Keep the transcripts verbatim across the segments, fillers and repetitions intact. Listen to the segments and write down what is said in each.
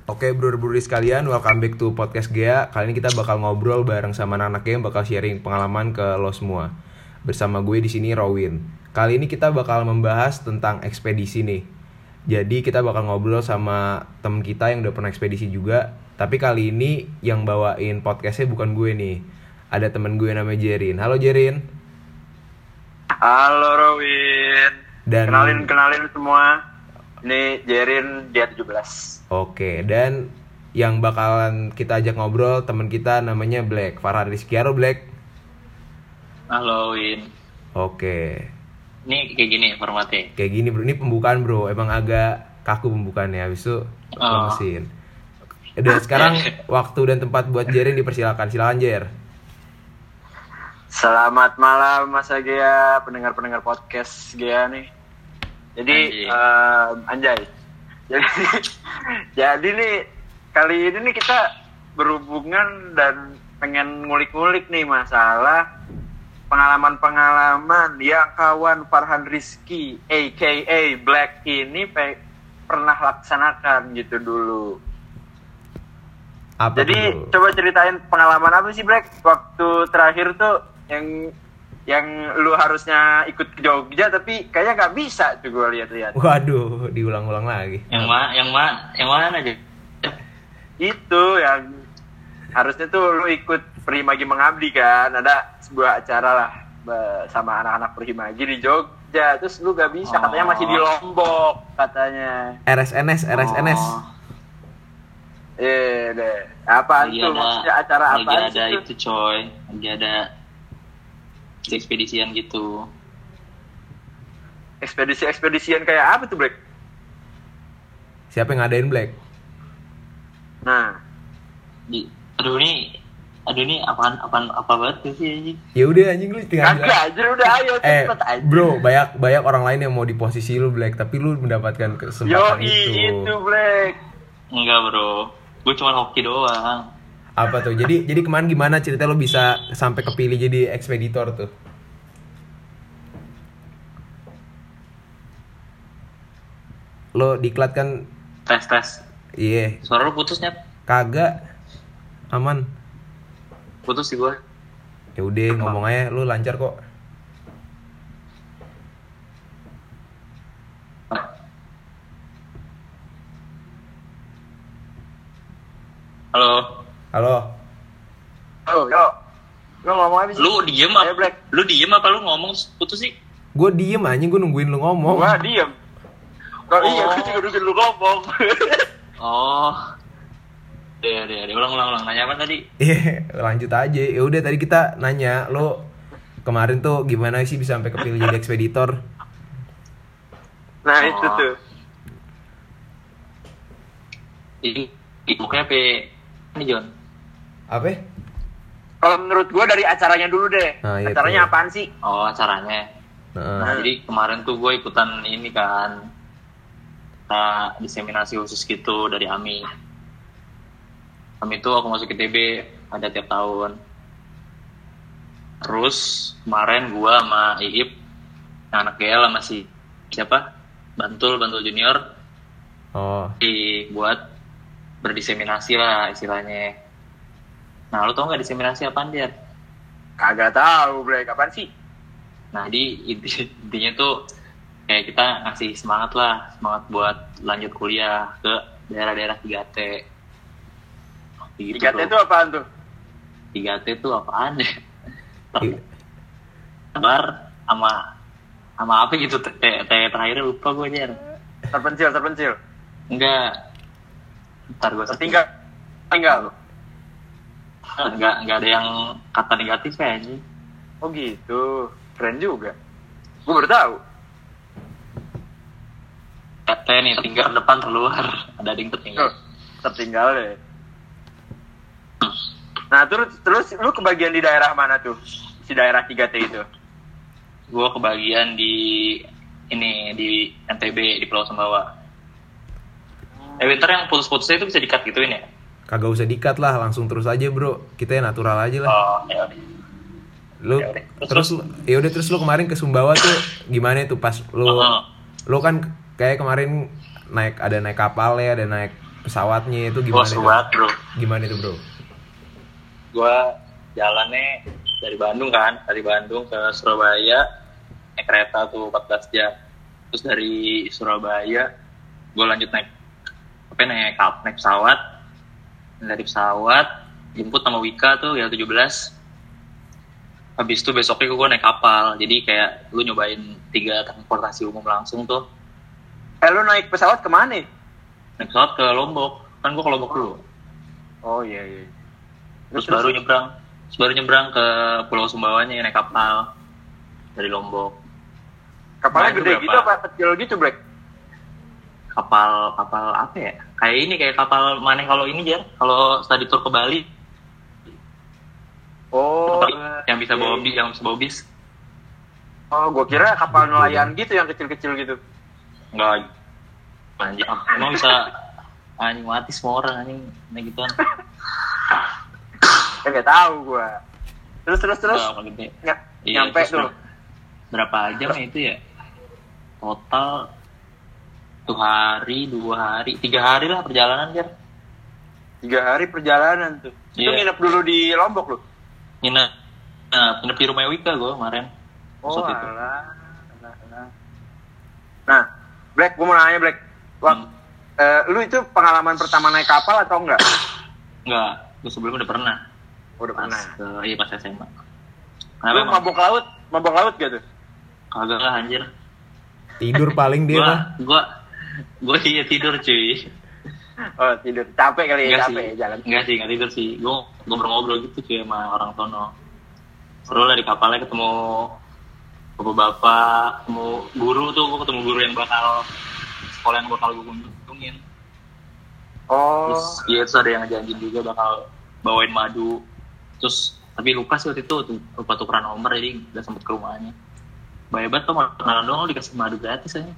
Oke bro-bro sekalian, welcome back to podcast Gea. Kali ini kita bakal ngobrol bareng sama anak-anak Gea, bakal sharing pengalaman ke lo semua. Bersama gue di sini Rowin. Kali ini kita bakal membahas tentang ekspedisi nih. Jadi kita bakal ngobrol sama temen kita yang udah pernah ekspedisi juga. Tapi kali ini yang bawain podcastnya bukan gue nih. Ada temen gue namanya Jerin. Halo Jerin. Halo Rowin. Dan Kenalin-kenalin semua. Ini Jerin G tujuh belas. Oke, dan yang bakalan kita ajak ngobrol teman kita namanya Black, Farhan Rizky. Halo Black. Halo Win. Oke. Ini kayak gini formatnya. Kayak gini bro, ini pembukaan bro. Emang agak kaku pembukaannya, habis itu Oh. mesin. Udah sekarang waktu dan tempat buat Jerin dipersilakan. Silakan Jer. Selamat malam Mas Gea, pendengar-pendengar podcast Gea nih. Jadi Anjay. um, anjay. Jadi jadi nih kali ini nih kita berhubungan dan pengen ngulik-ngulik nih masalah pengalaman-pengalaman yang kawan Farhan Rizky aka Black ini pe- pernah laksanakan gitu dulu. Apa Jadi tuh, bro? coba ceritain pengalaman apa sih Black waktu terakhir tuh yang yang lu harusnya ikut ke Jogja tapi kayaknya nggak bisa tuh gue lihat-lihat. Waduh, diulang-ulang lagi. Yang mana? Yang mana? Yang mana aja? Itu yang harusnya tuh lu ikut Perhimagi Mengabdi kan, ada sebuah acara lah be- sama anak-anak Perhimagi di Jogja, terus lu gak bisa, Oh. katanya masih di Lombok katanya. R S N S, R S N S. Oh, Eh deh, apaan lagi tuh ada, maksudnya acara lagi apa ada sih itu coy. Lagi ada ekspedisian gitu. ekspedisi-ekspedisian kayak apa tuh Black? Siapa yang ngadain Black? Nah, Di, aduh ini, aduh ini apaan apaan apa banget sih anjing? Ya udah anjing lu tinggal kagak bilang. aja udah ayo Eh, cepet aja. bro, banyak banyak orang lain yang mau di posisi lu Black, tapi lu mendapatkan kesempatan Yoi, itu. itu Black. Enggak bro, gue cuma hoki doang. Apa tuh? Jadi jadi kemarin gimana cerita lo bisa sampai kepilih jadi ekspeditor tuh? Lo diklat kan? Tes tes. Iya. Suara lu putusnya? Kagak. Aman. Putus sih gue. Ya udah ngomong aja, lo lancar kok. Halo. Halo. Oh, yo. Lu ngomong apa sih? Lu diem Ayo, apa? Black. Lu diem apa lu ngomong terus putus sih? Gue diem anjing, gue nungguin lo ngomong. Gua diem. Kok iya, Oh. gue juga nungguin lu ngomong. Oh. Deh, deh, deh. Ulang, ulang, ulang. Nanya apa tadi? Iya, lanjut aja. Ya udah tadi kita nanya lo kemarin tuh gimana sih bisa sampai kepilih jadi ekspeditor? Nah, Oh. itu tuh. Ini, pokoknya P... Ini John. Apa? Kalau menurut gua dari acaranya dulu deh. Nah, iya acaranya tuh. apaan sih? Oh, acaranya. Nah, Nah, jadi kemarin tuh gue ikutan ini kan. Nah, diseminasi khusus gitu dari A M I. A M I itu aku masuk I T B ada tiap tahun. Terus kemarin gue sama Iip, anak G L sama si siapa? Bantul, Bantul Junior oh, dibuat berdiseminasi lah istilahnya. Nah, lo tau nggak diseminasi apaan dia? Kagak tahu, Black. Apaan sih? Nah, jadi inti- intinya tuh kayak kita ngasih semangat lah, semangat buat lanjut kuliah ke daerah-daerah tiga T. Gitu, tiga T bro. itu apaan tuh? tiga T tuh apaan ya? i- Terbar sama sama apa gitu, T, T terakhirnya lupa gue aja. Terpencil, terpencil. Enggak. Ntar gue Tertinggal. Tinggal. Enggak, enggak ada yang kata negatif kayaknya. Oh gitu. Keren juga. Gua baru tahu. T T nih, tinggal depan terluar. Ada yang tertinggal. Oh, tertinggal deh. Nah, terus terus lu kebagian di daerah mana tuh? Si daerah tiga T itu. Gue kebagian di ini di N T B di Pulau Sumbawa. Eh bentar, yang putus-putusnya itu bisa di-cut gituin ya? kagak usah dikat lah, langsung terus aja bro. Kita yang natural aja lah. Oh, ya udah. Lu Yaudah. terus ya udah terus lu kemarin ke Sumbawa tuh gimana tuh pas lu Uh-huh. lu kan kayak kemarin naik ada naik kapal ya, ada naik pesawatnya itu Gua gimana itu? banget bro. Gimana itu bro? Gua jalannya dari Bandung kan, dari Bandung ke Surabaya naik kereta tuh empat belas jam. Terus dari Surabaya gue lanjut naik apa naik kap naik pesawat. Dari pesawat jemput sama Wika tuh ya tujuh belas. Habis itu besoknya gue naik kapal. Jadi kayak lu nyobain tiga transportasi umum langsung tuh. Eh lu naik pesawat kemana? Naik pesawat ke Lombok. Kan gue ke Lombok dulu. Oh iya iya. Terus, terus baru nyebrang. Terus baru nyebrang ke Pulau Sumbawanya naik kapal dari Lombok. Kapalnya Nah, itu gede berapa? gitu apa kecil gitu, Black? Kapal kapal apa ya? Kayak ini kayak kapal mana kalau ini Jar? Kalau study tour ke Bali. Oh, Yang bisa iya, bawa iya. bis, yang bisa bawa bis. Oh, gua kira kapal nelayan gitu yang kecil-kecil gitu. Enggak. Anjing, ah, emang bisa anjing mati semua orang anjing naik gituan. Eh nggak tahu gua. Terus terus terus. Enggak, apa gede. Ny- Iya, nyampe terus tuh. ber- Berapa jam ya itu ya? Total satu hari, dua hari, tiga hari lah perjalanan Jar. Tiga hari perjalanan tuh. Itu Iya. nginep dulu di Lombok lu. Nginep, nah, nginep di rumah Wika gue kemarin. Oh, Maksud itu. alah, alah, alah. Nah, Black, gua mau nanya Black. Wak, Hmm. eh, lu itu pengalaman pertama naik kapal atau enggak? Enggak, gue sebelumnya udah pernah. Oh, udah Pas, pernah. ke- iya pas S M A. Lu Kenapa emang? mabok laut, mabok laut gak tuh? Kagak lah anjir. Tidur paling dia Gua, mah. gua, gua iya tidur cuy. Oh, tidur. Capek kali ya, Enggak capek sih, ya jalan. enggak sih, enggak tidur sih. Gua ngobrol-ngobrol gitu cuy sama orang sono. Seru lah di kapalnya ketemu bapak-bapak, ketemu guru tuh, gua ketemu guru yang bakal sekolah yang bakal gua kunjungin. Oh, Terus dia terus ada yang janji juga bakal bawain madu. Terus tapi lupa sih waktu itu tuh, lupa tukeran nomor jadi udah sempet ke rumahnya. Bayar banget tuh mau kenalan doang lu dikasih madu gratis aja.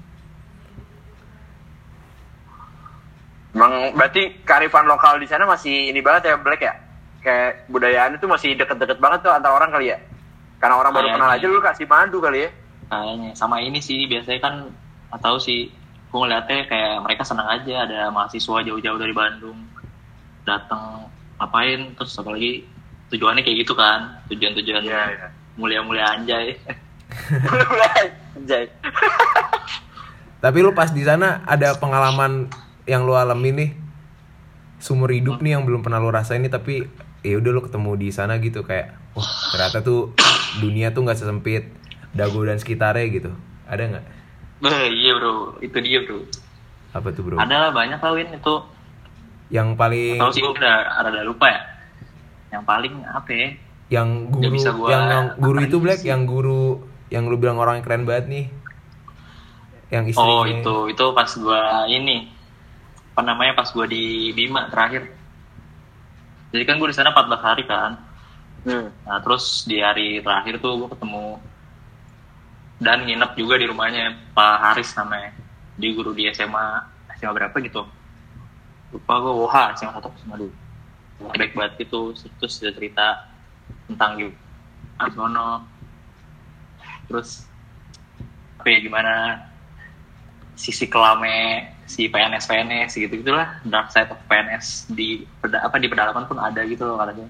emang berarti kearifan lokal di sana masih ini banget ya, Black ya? Kayak budayaan itu masih deket-deket banget tuh antar orang kali ya? Karena orang baru Kayaknya. kenal aja lu kasih madu kali ya? Kayaknya sama ini sih biasanya kan nggak tahu sih. Gue ngeliatnya kayak mereka senang aja ada mahasiswa jauh-jauh dari Bandung datang ngapain terus apalagi tujuannya kayak gitu kan tujuan-tujuan Iya, iya. mulia-mulia anjay. Anjay. Tapi lu pas di sana ada pengalaman yang lu alami nih seumur hidup nih yang belum pernah lu rasain nih tapi ya udah lu ketemu di sana gitu kayak wah ternyata tuh dunia tuh nggak sesempit Dago dan sekitarnya gitu. Ada nggak? Bah, iya bro, itu dia bro. Apa tuh bro? Ada lah banyak lah Win itu. Yang paling Tahu sih gue udah ada lupa ya. Yang paling apa ya? yang guru Nggak bisa gua yang, yang guru apa itu lagi Black sih. yang guru yang lu bilang orang yang keren banget nih. Yang istrinya. Oh itu itu pas gua ini apa namanya pas gua di Bima terakhir. Jadi kan gua di sana empat belas hari kan. Hmm. Nah terus di hari terakhir tuh gua ketemu dan nginep juga di rumahnya Pak Haris namanya. Di guru di S M A S M A berapa gitu. Lupa gua W H S M A satu S M A dua. Baik banget gitu terus dia cerita tentang gitu. Sono. Terus apa ya gimana sisi kelame si P N S P N S gitu gitulah dark side of P N S di peda, apa di pedalaman pun ada gitu loh katanya.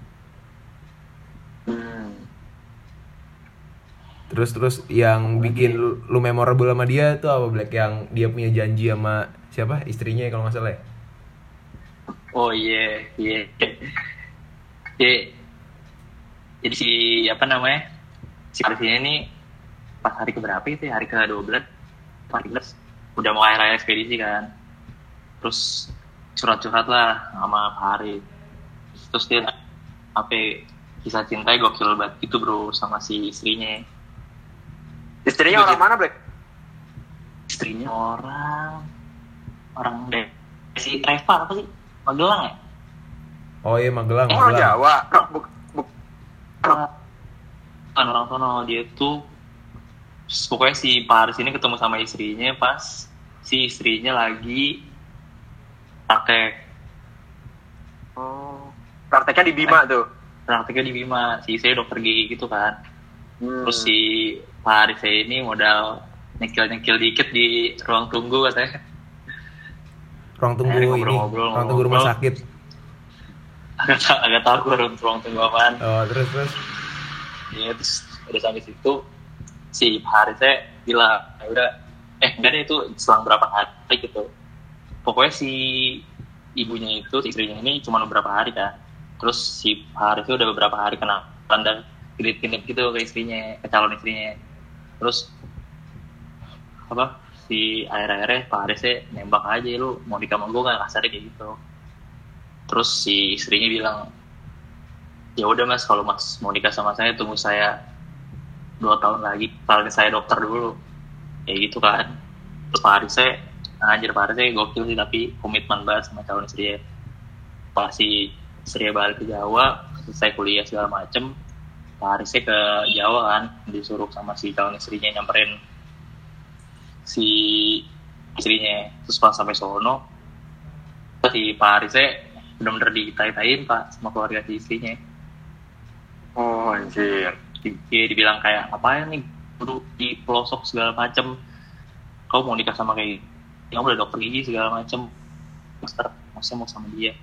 Hmm. Terus terus yang bikin lu, lu memorable sama dia tuh apa Black yang dia punya janji sama siapa istrinya kalau nggak salah ya? Oh iya iya. Iya. Jadi si apa namanya si Arsinya ini pas hari keberapa itu ya hari ke dua belas empat belas udah mau akhir-akhir ekspedisi kan. Terus curhat-curhat lah sama Pak Haris. Terus dia apa ya, kisah cintanya gokil banget gitu bro sama si istrinya. Istrinya orang mana, Black? Istrinya orang orang deh si Reva apa sih Magelang ya? Oh iya Magelang. Oh, orang Magelang. Jawa. Buk, buk. Kan orang sono dia tuh pokoknya si Pak Haris ini ketemu sama istrinya pas si istrinya lagi praktek Oh. Prakteknya di Bima tuh. prakteknya di Bima si istrinya dokter gigi gitu kan. Hmm. Terus si Pak Haris ini modal nyekil-nyekil dikit di ruang tunggu katanya. Ruang tunggu Akhirnya ini, ngobrol-ngobrol, ruang tunggu rumah ngobrol. sakit. agak ta- agak tahu gue ruang tunggu apaan. Oh, terus terus. Ya terus udah sampai situ si Pak Harisnya bilang, ya udah, eh enggak deh itu selang berapa hari gitu. Pokoknya si ibunya itu, si istrinya ini cuma beberapa hari kan. Terus si Pak Harisnya udah beberapa hari kena tanda genit-genit gitu ke istrinya, ke calon istrinya. Terus apa si akhir-akhirnya Pak Harisnya nembak aja, lu mau nikah sama gue nggak, kasarnya kayak gitu. Terus si istrinya bilang, ya udah mas, kalau mas mau nikah sama saya tunggu saya dua tahun lagi, kalau saya dokter dulu, kayak gitu kan. Terus Pak Harisnya, anjir Pak Harisnya gokil sih, tapi komitmen banget sama calon istrinya. Pas si istrinya balik ke Jawa, selesai kuliah segala macem, Pak Harisnya ke Jawa kan, disuruh sama si calon istrinya nyamperin si istrinya. Terus pas sampai sono, si Pak Harisnya bener-bener ditai-tain Pak sama keluarga si istrinya. Oh anjir. Dia dibilang kayak, ngapain nih duduk di pelosok segala macem, kau mau nikah sama kayak kamu udah dokter gigi segala macem, master maksudnya mau sama dia.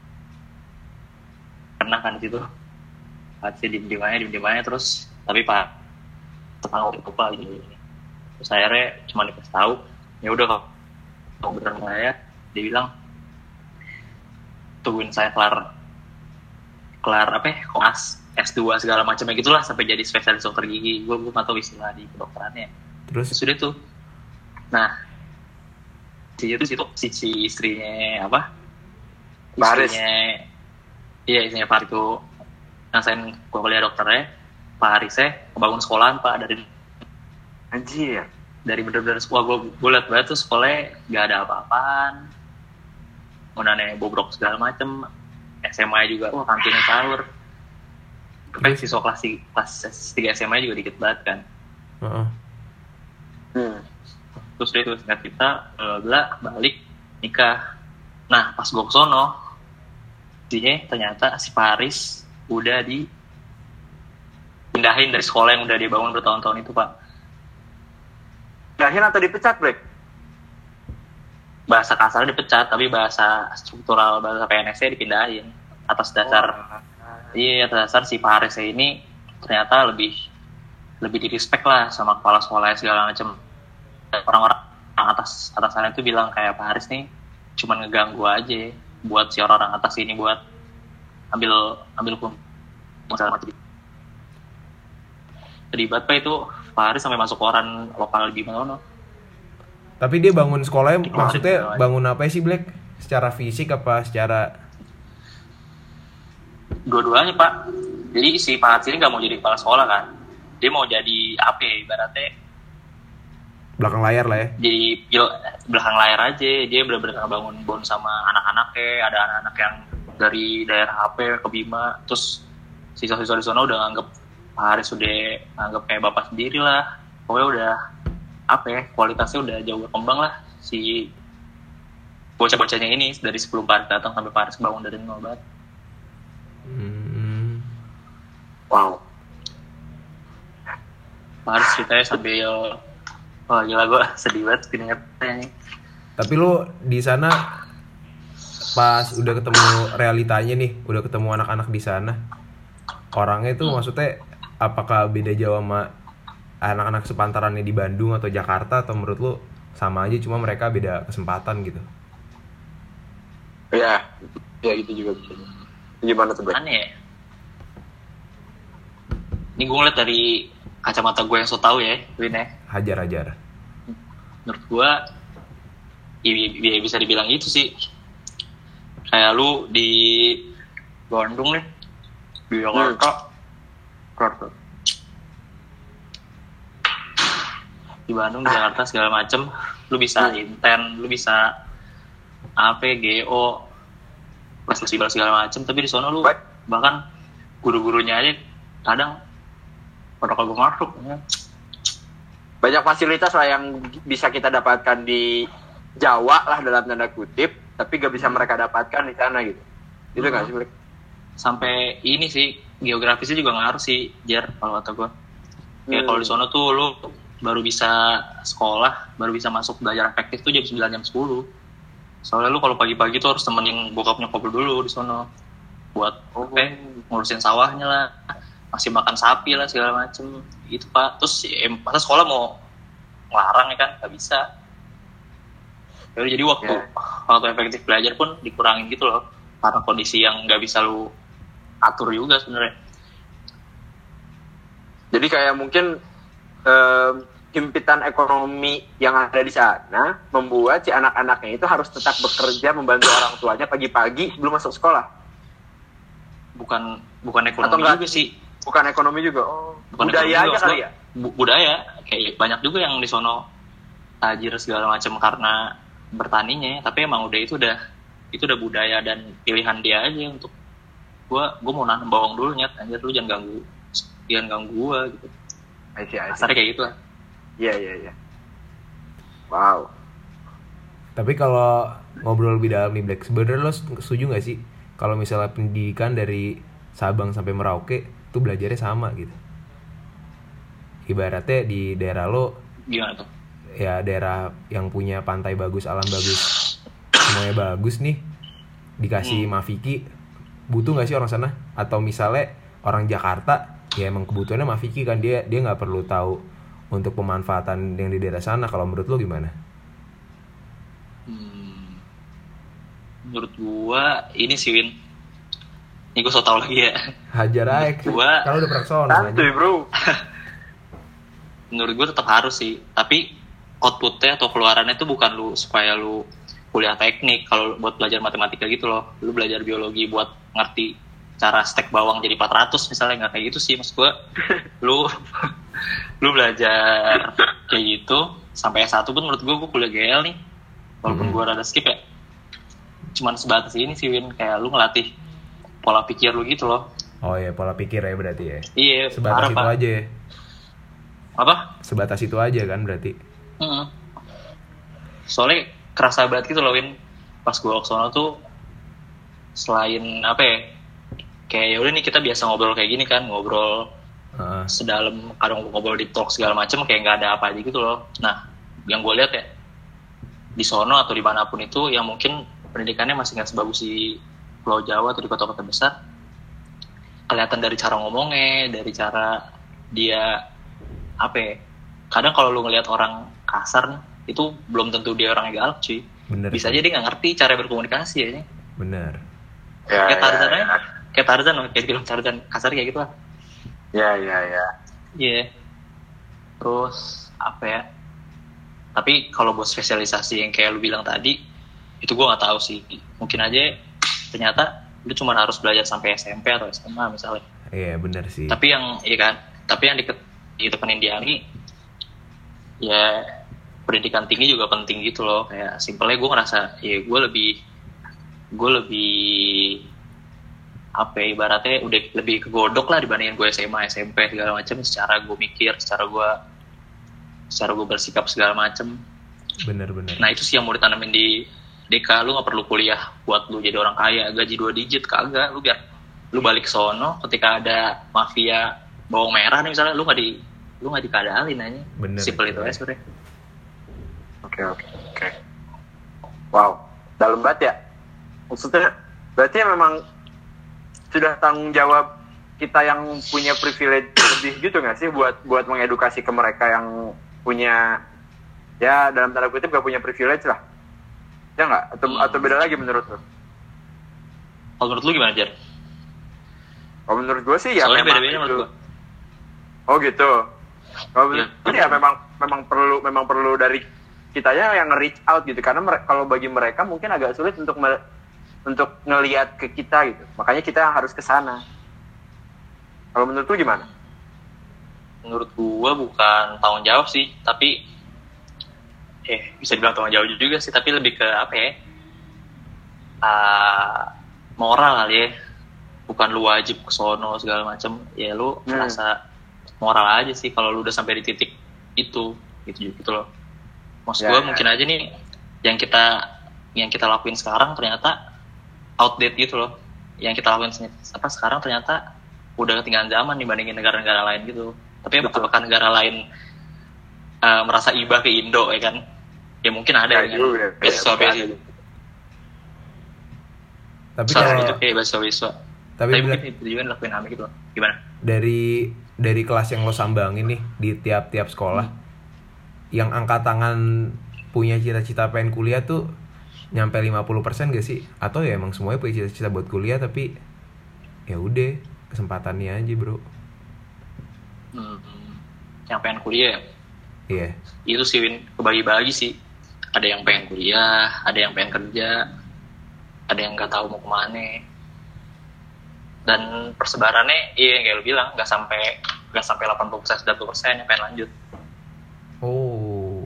Karena kan di situ pasti diem-diem aja, diem-diem aja terus, tapi Pak tetangga udah lupa gitu. Terus akhirnya cuma dikasih tahu, ya udah kalau kalau beneran saya, dia bilang tungguin saya kelar kelar apa ya, koas S dua segala macamnya gitulah sampai jadi spesialis dokter gigi. Gue gue nggak tahu istilah di kedokterannya. Terus Sudah tuh. Nah, si itu situ si, si istrinya apa? Baris. Istrinya, iya istrinya Pak itu ngasain gue kuliah dokternya. Pak Harisnya kebangun sekolahan Pak dari Anjir. dari bener-bener sekolah. Gue gue liat banget tuh sekolahnya nggak ada apa-apaan. Monane bobrok segala macem. S M A juga, wah kantinnya sahur. Tapi siswa kelas kelas tiga S M A juga dikit banget kan. Heeh. Hmm. Terus dia tuh singkat kita, bla balik nikah. Nah pas gue kesono, dia ternyata si Paris udah dipindahin dari sekolah yang udah dia bangun bertahun-tahun itu Pak. Pindahin atau dipecat, Brek? Bahasa kasarnya dipecat, tapi bahasa struktural, bahasa P N S-nya dipindahin atas dasar. Oh. Iya, atas dasar si Pak Harisnya ini ternyata lebih lebih di respect lah sama kepala sekolah segala macam. Orang-orang atas atasannya itu bilang kayak Pak Haris nih cuma ngeganggu aja buat si orang-orang atas ini buat ambil ambil pun segala macam. Terlibat Pak itu Pak Haris sampai masuk koran lokal gimana? Tapi dia bangun sekolahnya Itu maksudnya maksudnya. bangun apa sih Black? Secara fisik apa secara Dua-duanya Pak. Jadi si Pak Haris ini nggak mau jadi kepala sekolah kan? Dia mau jadi apa ya, ibaratnya belakang layar lah ya? jadi pil- belakang layar aja. Dia benar-benar bangun bond sama anak-anaknya. Ada anak-anak yang dari daerah H P ke Bima. Terus siswa-siswa di sana udah nganggep Pak Haris udah nganggep kayak bapak sendiri lah. Pokoknya udah apa ya, kualitasnya udah jauh berkembang lah si bocah-bocahnya ini dari sebelum Pak Haris datang sampai Pak Haris bangun dari nol banget. Hmm. Wow. Pak Haris ceritanya sambil, wah gila gue sedih banget ingetnya. Tapi lu di sana pas udah ketemu realitanya nih, udah ketemu anak-anak di sana, orangnya itu maksudnya apakah beda jauh sama anak-anak sepantarannya di Bandung atau Jakarta, atau menurut lu sama aja cuma mereka beda kesempatan gitu? Ya, ya gitu juga. Gimana tuh, Brek? Aneh ya. Ini gue ngeliat dari kacamata gue yang so tau ya, Win ya. Hajar-hajar. Menurut gue, ya bisa dibilang itu sih. Kayak lu di Bandung nih, di Jakarta, Jakarta. Di Bandung, di Jakarta segala macem, lu bisa intern, lu bisa apa, G O, kelas fleksibel segala macem. Tapi di sana lu Baik. bahkan guru-gurunya aja kadang pada kagak masuk. Ya. Banyak fasilitas lah yang bisa kita dapatkan di Jawa lah dalam tanda kutip, tapi gak bisa mereka dapatkan di sana gitu. Itu nggak sih, Brek? Sampai ini sih geografisnya juga ngaruh sih, Jar, kalau kata gue. Kayak Hmm. kalau di sana tuh lu baru bisa sekolah, baru bisa masuk belajar efektif tuh jam sembilan jam sepuluh. Soalnya lu kalau pagi-pagi tuh harus temenin bokap nyokap lu dulu di sono buat Oh. eh, ngurusin sawahnya lah, masih makan sapi lah segala macem gitu Pak. Terus ya, masa sekolah mau ngelarang ya kan, nggak bisa. Jadi waktu Ya. waktu efektif belajar pun dikurangin gitu loh, karena kondisi yang nggak bisa lu atur juga sebenarnya. Jadi kayak mungkin em, himpitan ekonomi yang ada di sana membuat si anak-anaknya itu harus tetap bekerja membantu orang tuanya pagi-pagi sebelum masuk sekolah. Bukan bukan Atau ekonomi enggak? juga sih, Bukan ekonomi juga. Oh, bukan budaya ekonomi aja juga, kali maksud ya. gua, bu- budaya kayak banyak juga yang di sono tajir segala macam karena bertaninya, tapi emang udah itu udah itu udah budaya dan pilihan dia aja untuk gua gua mau nanam bawang dulu nyet, anjir lu jangan ganggu jangan ganggu gua gitu. I see, I see. Kasarnya kayak gitu lah. Iya, iya, iya. Wow. Tapi kalau ngobrol lebih dalam nih Black, sebenarnya lo setuju nggak sih kalau misalnya pendidikan dari Sabang sampai Merauke tuh belajarnya sama gitu? Ibaratnya di daerah lo, Gimana tuh? ya daerah yang punya pantai bagus, alam bagus, semuanya bagus nih, dikasih Hmm. Mafiki, butuh nggak sih orang sana? Atau misalnya orang Jakarta, ya emang kebutuhannya Mafiki kan, dia dia nggak perlu tahu untuk pemanfaatan yang di daerah sana. Kalau menurut lo gimana? Hmm. Menurut gua ini sih Win. Ini gua so tau lagi ya. Hajar aja, Gua- kalau udah pernah kesana Santuy, aja. bro. Menurut gua tetap harus sih, tapi outputnya atau keluarannya itu bukan lu supaya lu kuliah teknik kalau buat belajar matematika gitu loh. Lu belajar biologi buat ngerti cara stek bawang jadi empat ratus misalnya, nggak kayak gitu sih maksud gua. Lu lu belajar kayak gitu sampai S satu pun menurut gua gua kuliah G L nih. Walaupun Hmm. gua rada skip ya. Cuman sebatas ini sih Win, kayak lu ngelatih pola pikir lu gitu loh. Oh ya, pola pikir ya berarti ya. Iya, Sebatas parah, itu Pak. aja ya. Apa? Sebatas itu aja kan berarti. Mm-mm. Soalnya kerasa banget gitu loh Win, pas gue kesana tuh selain apa ya, kayak ya udah nih kita biasa ngobrol kayak gini kan, ngobrol Heeh. sedalam kadang ngobrol di talk segala macam kayak nggak ada apa aja gitu loh. Nah yang gue lihat ya di sono atau dimanapun itu yang mungkin pendidikannya masih nggak sebagus di Pulau Jawa atau di kota-kota besar, kelihatan dari cara ngomongnya, dari cara dia apa ya, kadang kalau lu ngelihat orang kasar nih itu belum tentu dia orangnya galak cuy, Bener. bisa aja dia nggak ngerti cara berkomunikasi ya. Bener. Ya, Kayak Tarzan ya, aja, kayak Tarzan loh, kayak di film Tarzan kasar kayak gitu lah. ya, ya, ya. Iya. Terus apa ya? Tapi kalau buat spesialisasi yang kayak lu bilang tadi, itu gue nggak tahu sih. Mungkin aja ternyata lu cuma harus belajar sampai S M P atau S M A misalnya. Iya bener sih. Tapi yang iya kan, tapi yang di- ditekenin di Ani, ya pendidikan tinggi juga penting gitu loh. Kayak simpelnya gue ngerasa, ya gue lebih, gue lebih apa ya, ibaratnya udah lebih kegodok lah dibandingin gue S M A, S M P segala macam. Secara gue mikir, secara gue, secara gue bersikap segala macam. Bener-bener. Nah itu sih yang mau ditanamin di D K. Lu nggak perlu kuliah buat lu jadi orang kaya, gaji dua digit kagak. Lu biar lu balik sono ketika ada mafia bawang merah nih misalnya, lu nggak di lu nggak dikadalin aja. Bener, Simpel itu iya. aja sebenarnya. Oke, oke, oke. Wow, dalam banget ya. Maksudnya, berarti ya memang sudah tanggung jawab kita yang punya privilege lebih gitu nggak sih buat buat mengedukasi ke mereka yang punya, ya dalam tanda kutip gak punya privilege lah. Ya nggak? Atau Hmm. atau beda lagi menurut lo? Kalau menurut lu gimana Jar? Kalau menurut gue sih ya Soalnya memang beda-beda menurut itu. gua. Oh gitu. Kalau menurut Iya. gue ya memang memang perlu memang perlu dari kitanya yang nge-reach out gitu, karena mere- kalau bagi mereka mungkin agak sulit untuk me- untuk ngelihat ke kita gitu. Makanya kita yang harus ke sana. Kalau menurut lu gimana? Menurut gua bukan tanggung jawab sih, tapi eh bisa dibilang tanggung jawab juga sih, tapi lebih ke apa ya? Ah, moral kali ya. Bukan lu wajib ke sono segala macam. Ya lu Hmm. merasa moral aja sih kalau lu udah sampai di titik itu, gitu gitu loh. Maksud Ya, gua ya. mungkin aja nih yang kita yang kita lakuin sekarang ternyata outdated gitu loh. Yang kita lakuin se- apa sekarang ternyata udah ketinggalan zaman dibandingin negara-negara lain gitu. Tapi Betul. apakah negara lain uh, merasa iba ke Indo ya kan? Ya mungkin ada Ya, dengan juga. beasiswa Ya, beasiswa, Tapi salah kalau itu kayak beasiswa. tapi, Tapi Black, mungkin itu juga ngelakuin aneh gitu loh. Gimana? dari dari kelas yang lo sambangin nih di tiap-tiap sekolah, Hmm. yang angkat tangan punya cita-cita pengen kuliah tuh nyampe lima puluh persen gak sih? Atau ya emang semuanya punya cita-cita buat kuliah tapi ya udah kesempatannya aja, bro. Hmm. Yang pengen kuliah, Iya. itu sih Win, kebagi-bagi sih. Ada yang pengen kuliah, ada yang pengen kerja, ada yang nggak tahu mau kemana. Dan persebarannya, iya yang kayak lu bilang, nggak sampai nggak sampai delapan puluh persen, sembilan puluh persen yang pengen lanjut. Oh.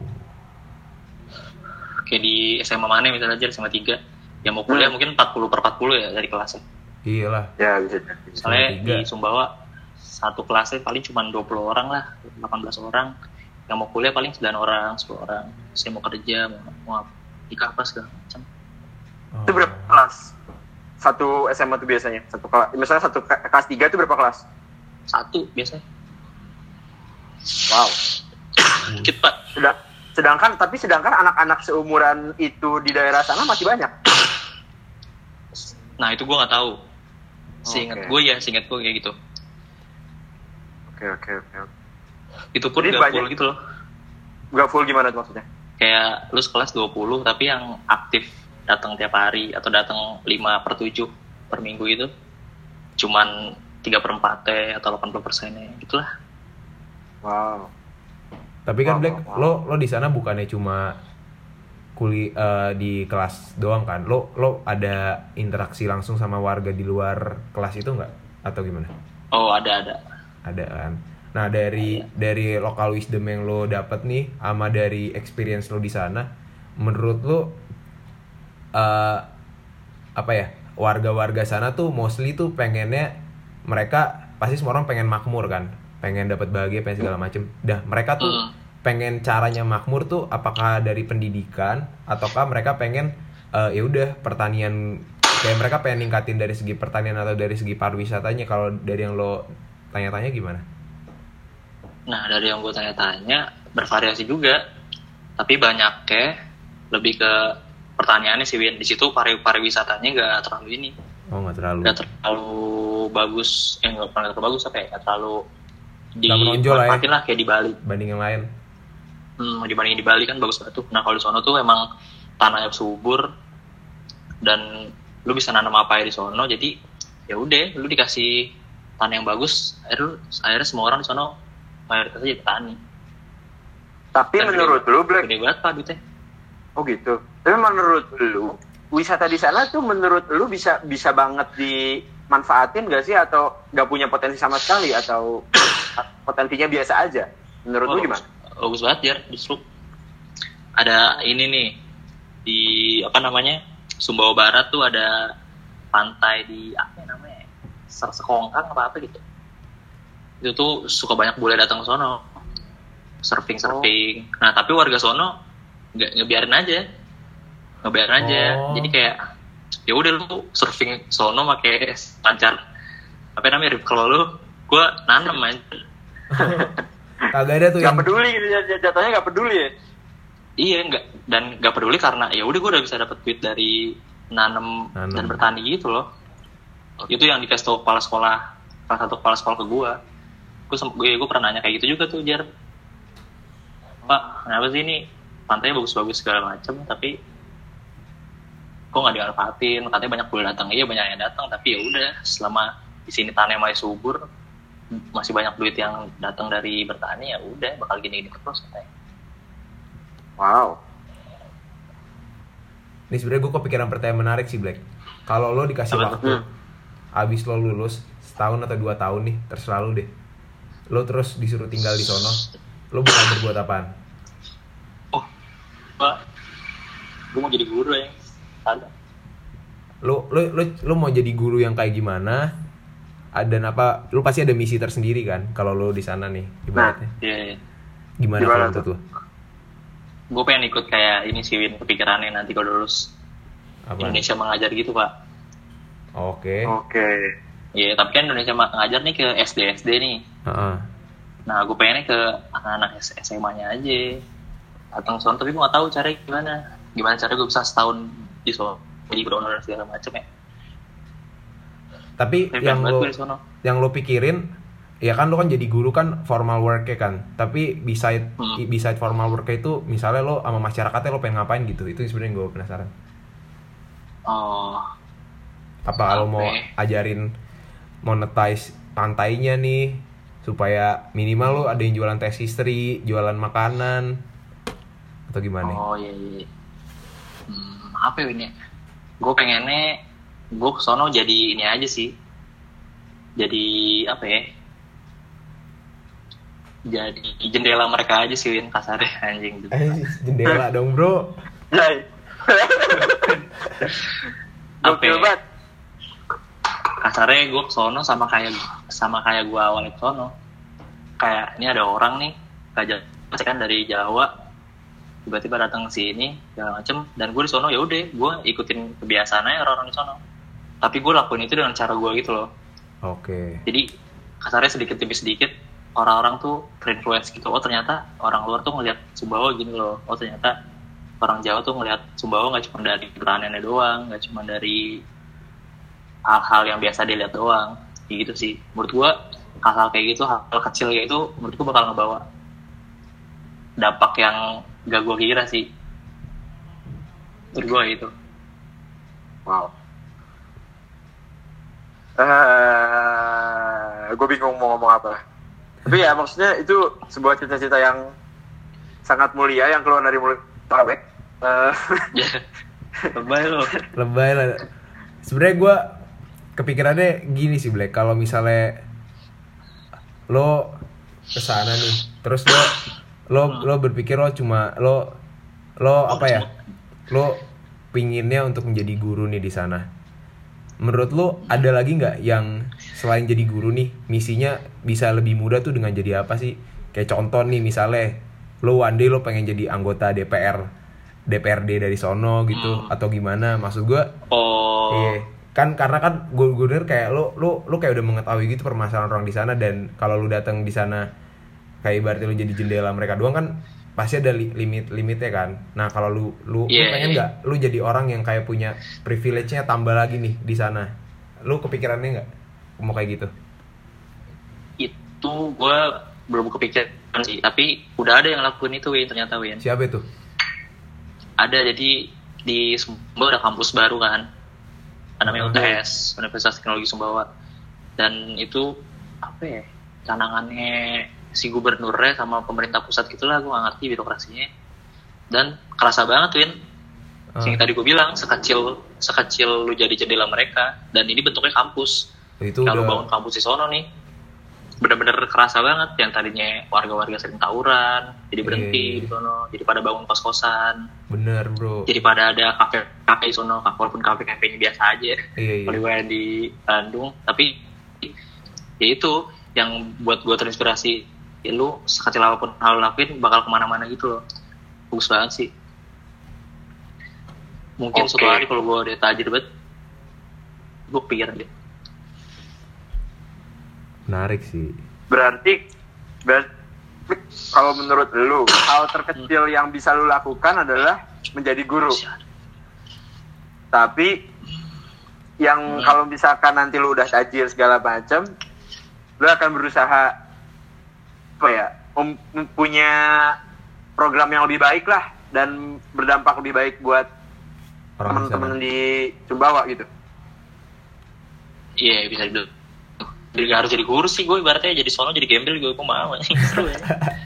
Kayak di S M A mana misalnya aja, S M A tiga, yang mau kuliah Hmm. mungkin empat puluh per empat puluh ya dari kelasnya. Iyalah. Ya bisa. Misalnya tiga. di Sumbawa, satu kelasnya paling cuma dua puluh orang lah, delapan belas orang. Yang mau kuliah paling sembilan orang, sepuluh orang. Saya mau kerja, mau, mau nikah apa segala macam. Oh. Itu berapa kelas? Satu S M A tuh biasanya satu kelas. Misalnya satu ke- kelas tiga itu berapa kelas? Satu biasanya. Wow. Dikit pak. Sedang, sedangkan tapi sedangkan anak-anak seumuran itu di daerah sana masih banyak. Nah itu gue nggak tahu. Seingat Oke. gue ya, seingat gue kayak gitu. Oke oke oke. oke. Itu pun Jadi nggak banyak- full gitu loh. Gak full gimana tuh maksudnya? Kayak lu sekelas dua puluh tapi yang aktif datang tiap hari atau datang lima per tujuh per minggu itu cuman tiga per empat atau delapan puluh persennya gitulah. Wow. Tapi kan Wow, Black, wow, wow. lo lo di sana bukannya cuma kuli eh, di kelas doang kan? Lo lo ada interaksi langsung sama warga di luar kelas itu nggak? Atau gimana? Oh ada ada. Ada kan? Nah dari dari local wisdom yang lo dapet nih, sama dari experience lo di sana, menurut lo eh apa ya, warga-warga sana tuh mostly tuh pengennya, mereka pasti semua orang pengen makmur kan, pengen dapat bahagia, pengen segala macem. Dah mereka tuh Hmm. pengen caranya makmur tuh apakah dari pendidikan ataukah mereka pengen eh, ya udah pertanian, kayak mereka pengen ningkatin dari segi pertanian atau dari segi pariwisatanya. Kalau dari yang lo tanya-tanya gimana? Nah dari yang gue tanya-tanya bervariasi juga, tapi banyaknya lebih ke pertanyaannya sih Win. Di situ pari pariwisatanya nggak terlalu ini, Oh nggak terlalu. nggak terlalu bagus, eh nggak pernah terlalu bagus apa ya, nggak terlalu Nggak menonjol lah ya. dimanfaatin lah kayak di Bali. Banding yang lain. Hmm, dibandingin di Bali kan bagus banget tuh. Nah kalau di sono tuh emang tanahnya subur dan lu bisa nanam apa aja di sono. Jadi ya udah, lu dikasih tanah yang bagus, akhirnya, akhirnya semua orang di sono mayoritas aja petani. Tapi Dan menurut gede- lu Black, Gede banget pak duitnya. oh gitu. Tapi menurut lu wisata di sana tuh menurut lu bisa bisa banget dimanfaatin gak sih, atau gak punya potensi sama sekali, atau potensinya biasa aja? Menurut lu Oh, gimana? Bagus banget Jar, justru ada ini nih di apa namanya Sumbawa Barat tuh ada pantai di apa ya namanya Ser- Sekongkang apa apa gitu. Itu tuh suka banyak bule datang ke sono surfing surfing. Nah tapi warga sono nggak ngebiarin aja, ngebiarin aja. Oh. Jadi kayak ya udah lu surfing sono pakai lancar apa namanya rip kalau lu gue nanem aja. Kagak ada tuh Gak yang peduli gitu, jat- jatuhnya gak peduli ya? Iya enggak, dan nggak peduli karena ya udah gue udah bisa dapet duit dari nanam Nanam. dan bertani gitu loh. Itu yang dikasih tau kepala sekolah, salah satu kepala sekolah ke gue. Gue gue gue pernah nanya kayak gitu juga tuh Jar. Pak, kenapa sih ini pantainya bagus-bagus segala macam tapi kok nggak dimanfaatin? Katanya banyak bule datang, iya banyak yang datang tapi ya udah selama di sini tanahnya masih subur, masih banyak duit yang datang dari bertani ya udah bakal gini-gini terus katanya. Wow. Ini sebenarnya gue kepikiran pertanyaan menarik sih Black. Kalau lo dikasih Apa waktu, abis lo lulus setahun atau dua tahun nih, terserah lo deh. Lo terus disuruh tinggal di sono, lo bakal berbuat apaan? Oh, Pak, gue mau jadi guru ya. Ada. Lo lo lo lo mau jadi guru yang kayak gimana? Ah, Dan apa? Lo pasti ada misi tersendiri kan? Kalau lo di sana nih, ibaratnya. Iya, iya. Gimana Gimana kalau menurut lo? Gue pengen ikut kayak ini sih Win, kepikirannya nanti kalau lulus Apa? Indonesia mengajar gitu Pak. Oke. Oke. Iya, tapi kan Indonesia mengajar nih ke S D S D nih. Heeh. Nah, gue pengennya ke anak-anak S M A-nya aja. Datang sono, tapi gue nggak tahu caranya gimana. Gimana caranya gue bisa setahun di sono jadi beronor dan segala macam ya. Tapi Tapi yang pengen banget lo gue di sono. yang lo pikirin, ya kan lo kan jadi guru kan formal work kan. Tapi beside Hmm. beside formal work itu misalnya lo sama masyarakatnya lo pengen ngapain gitu. Itu sebenarnya gue penasaran. Oh, Apa kalau mau Oke. ajarin monetize pantainya nih supaya minimal lo ada yang jualan tes history, jualan makanan atau gimana? oh iya iya. Hmm, apa ya ini? Gue pengennya gue kesono jadi ini aja sih. Jadi apa ya? Jadi jendela mereka aja sih, Win, kasarnya anjing. Eh, jendela dong bro. Jai. Apa Gokil ya? banget. Kasarnya gue kesono sama kayak sama kayak gue awalnya kesono. Kayak ini ada orang nih, kayak kan dari Jawa, tiba-tiba datang ke sini segala macem, dan gue di sono ya udah gue ikutin kebiasaannya orang-orang di sono, tapi gue lakuin itu dengan cara gue gitu loh. Oke. Jadi kasarnya sedikit demi sedikit orang-orang tuh terinfluence gitu. Oh ternyata orang luar tuh ngelihat Sumbawa gini loh. Oh ternyata orang Jawa tuh ngelihat Sumbawa nggak cuma dari peraniannya doang, nggak cuma dari hal-hal yang biasa dia lihat doang. Kayak gitu sih. Menurut gue hal-hal kayak gitu, hal, -hal kecil kayak itu menurut gue bakal ngebawa dampak yang gak gue kira sih. Menurut gue itu. Wow. Uh, gue bingung mau ngomong apa. Tapi ya maksudnya itu sebuah cita-cita yang sangat mulia yang keluar dari mulut Pak Bek. Uh, Ya, lebay lo. Lebay lah. Sebenarnya gue kepikirannya gini sih Black. Kalau misalnya lo kesana nih, terus lo lo lo berpikir lo cuma lo lo apa ya? Lo pinginnya untuk menjadi guru nih di sana. Menurut lo ada lagi nggak yang selain jadi guru nih misinya bisa lebih mudah tuh dengan jadi apa sih? Kayak contoh nih misalnya lo one day lo pengen jadi anggota D P R D P R D dari sono gitu Hmm. atau gimana? Maksud gue Oh. iya kan karena kan gue gue denger kayak lo lo lo kayak udah mengetahui gitu permasalahan orang di sana, dan kalau lo datang di sana kayak ibaratnya lo jadi jendela mereka doang kan pasti ada li- limit limitnya kan. Nah kalau lu lu, lu Yeah, pengen yeah. nggak lu jadi orang yang kayak punya privilege-nya tambah lagi nih di sana, lu kepikirannya nggak mau kayak gitu? Itu gue belum kepikiran sih, tapi udah ada yang lakuin itu, Win, ternyata, Win. Siapa itu? Ada, jadi di Sumbawa ada kampus baru kan, namanya U T S, Universitas Teknologi Sumbawa, dan itu apa ya, canangannya si gubernurnya sama pemerintah pusat gitulah, gue gak ngerti birokrasinya, dan kerasa banget, Win. Ah. Yang tadi gue bilang, sekecil sekecil lu jadi jendela mereka, dan ini bentuknya kampus. Itu Kalau udah bangun kampus di sono nih, bener-bener kerasa banget. Yang tadinya warga-warga sering tawuran, jadi berhenti Iya. di sono, jadi pada bangun kos-kosan, bener bro. jadi pada ada kafe-kafe di sono, walaupun kafe-kafenya biasa aja. Iya iya. Kalau gue di Bandung, tapi ya itu yang buat gue terinspirasi. Ya, lu sekecil apapun hal lu lakuin bakal kemana-mana gitu loh. Bagus banget sih. Mungkin Oke. suatu hari kalau gue udah tajir banget, gue pikir aja. Menarik sih. berarti berarti kalau menurut lu hal terkecil yang bisa lu lakukan adalah menjadi guru. Tapi yang Hmm. kalau misalkan nanti lu udah tajir segala macam, lu akan berusaha apa ya, mem- mempunyai program yang lebih baik lah dan berdampak lebih baik buat Orang di sana. teman-teman di Sumbawa gitu. Iya, bisa dibilang. Jadi gak harus jadi guru sih, gue ibaratnya jadi sono jadi gembel gue gue mau anjing. Seru ya.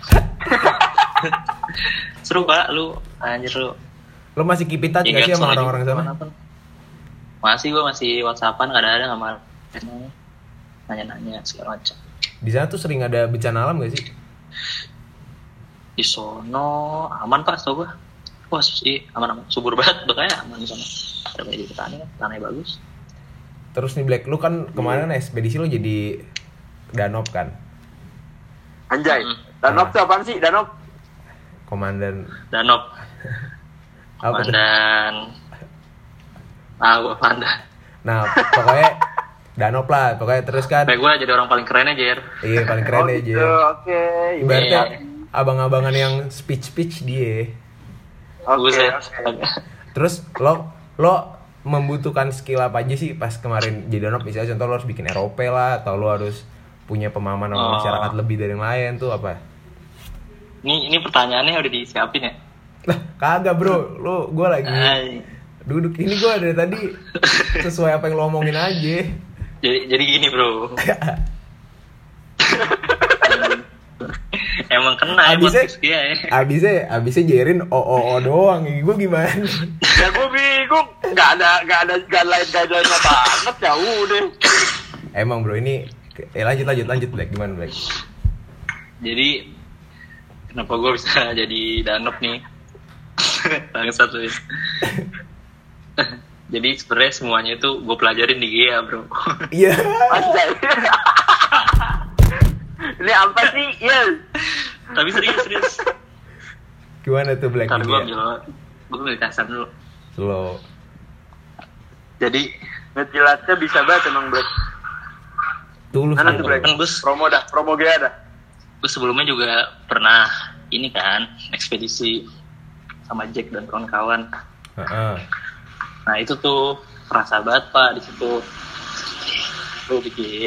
Seru Pak, lu anjir lu. Lo masih keep in touch nggak sih sama orang-orang sana? Masih, gue masih WhatsAppan kadang-kadang sama nanya-nanya segala macam. Di sana tuh sering ada bencana alam nggak sih? Di sono aman Pak, setahu gue. Wah, sih aman-aman, subur banget, makanya aman di sono. Ada media petani kan, tanahnya bagus. Terus nih Black, lu kan kemarin ekspedisi lu jadi Danop kan? Anjay. Hmm. Danop Nah. tuh apaan sih? Danop? Komandan Danop, apa tuh? komandan. Ah, gue komandan. Nah, pokoknya Danop lah, pokoknya terus kan. Kayak gue jadi orang paling keren aja, Jer. Iya, paling keren Oh, aja. gitu, oke. Ibaratnya Iya. abang-abangan yang speech-speech dia. Oke, Buset. oke. Terus lo lo membutuhkan skill apa aja sih pas kemarin jadi danop? Misalnya contoh lo harus bikin R O P lah, atau lo harus punya pemahaman sama Oh. masyarakat lebih dari yang lain tuh apa? Ini ini pertanyaannya udah disiapin ya? Lah kagak bro, lo gue lagi Ay. duduk ini gue dari tadi sesuai apa yang lo omongin aja. Jadi jadi gini bro. Emang kena ya Abisnya, podcast dia ya. abisnya, abisnya Jerin o o o doang, gue gimana? Ya gue bingung, nggak ada nggak ada guideline guideline banget ya udah. Emang bro ini, eh lanjut lanjut lanjut Black, gimana Black? Jadi kenapa gue bisa jadi danop nih? Bangsat lu. Jadi sebenarnya semuanya itu gue pelajarin di G E A bro. Iya. Anjay. Ini apa sih? Iya. Tapi serius serius. Gimana tuh Black? Ntar gue Dia? ambil gue ambil kasar dulu. Slow. Jadi Ngejilatnya bisa banget emang Black. Tulus. Mana bro. tuh Black? kan bus Promo dah, promo gaya dah. gue sebelumnya juga pernah ini kan ekspedisi sama Jack dan kawan-kawan. Heeh. Nah itu tuh kerasa banget pak di situ. Lu bikin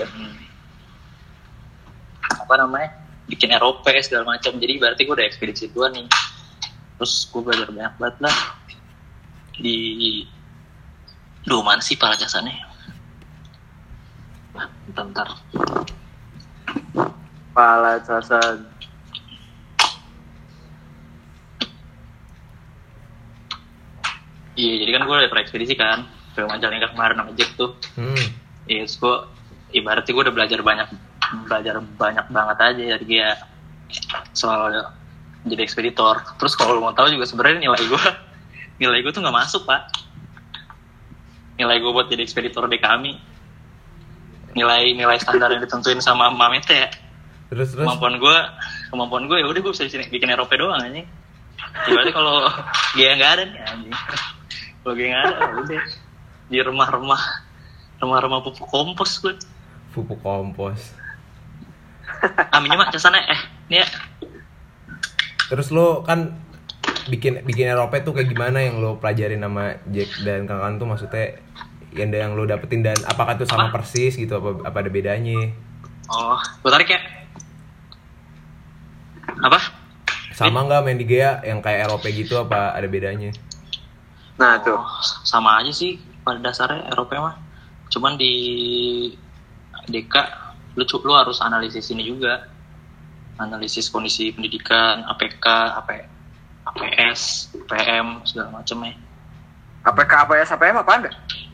apa namanya? Bikin R O P segala macam. Jadi berarti gue udah ekspedisi dua nih. Terus gue belajar banyak banget lah di Duh mana sih para jasanya? Bentar, bentar. Pala casan. Iya jadi kan gue udah berekspedisi kan ke Majalengka kemarin sama Jack tuh. Hmm. Iya terus gue ibaratnya gue udah belajar banyak belajar banyak banget aja dari dia soal jadi ekspeditor. Terus kalau lo mau tahu juga sebenarnya nilai gue nilai gue tuh nggak masuk pak. Nilai gue buat jadi ekspeditor di kami nilai nilai standar yang ditentuin sama Mamete ya. Terus terus. Kemampuan gue kemampuan gue ya udah gue bisa bikin R O P doang aja. Ibaratnya kalau dia nggak ada nih anjing. Kalau dia nggak ada ya udah di rumah-rumah rumah-rumah pupuk kompos gue. Pupuk kompos. Aminnya mak kesana eh nih ya. Terus lo kan bikin bikin R O P tuh kayak gimana yang lo pelajarin sama Jack dan kawan-kawan tuh, maksudnya yang yang lo dapetin, dan apakah tuh sama Apa? persis gitu, apa apa ada bedanya? Oh, gue tarik ya. Apa? Sama nggak main di G E A yang kayak R O P gitu, apa ada bedanya? Nah tuh. Oh, sama aja sih pada dasarnya R O P mah. Cuman di D K lu lu harus analisis ini juga. Analisis kondisi pendidikan, A P K, A P A P S, P M segala macam ya. A P K, A P S, A P M apaan dah?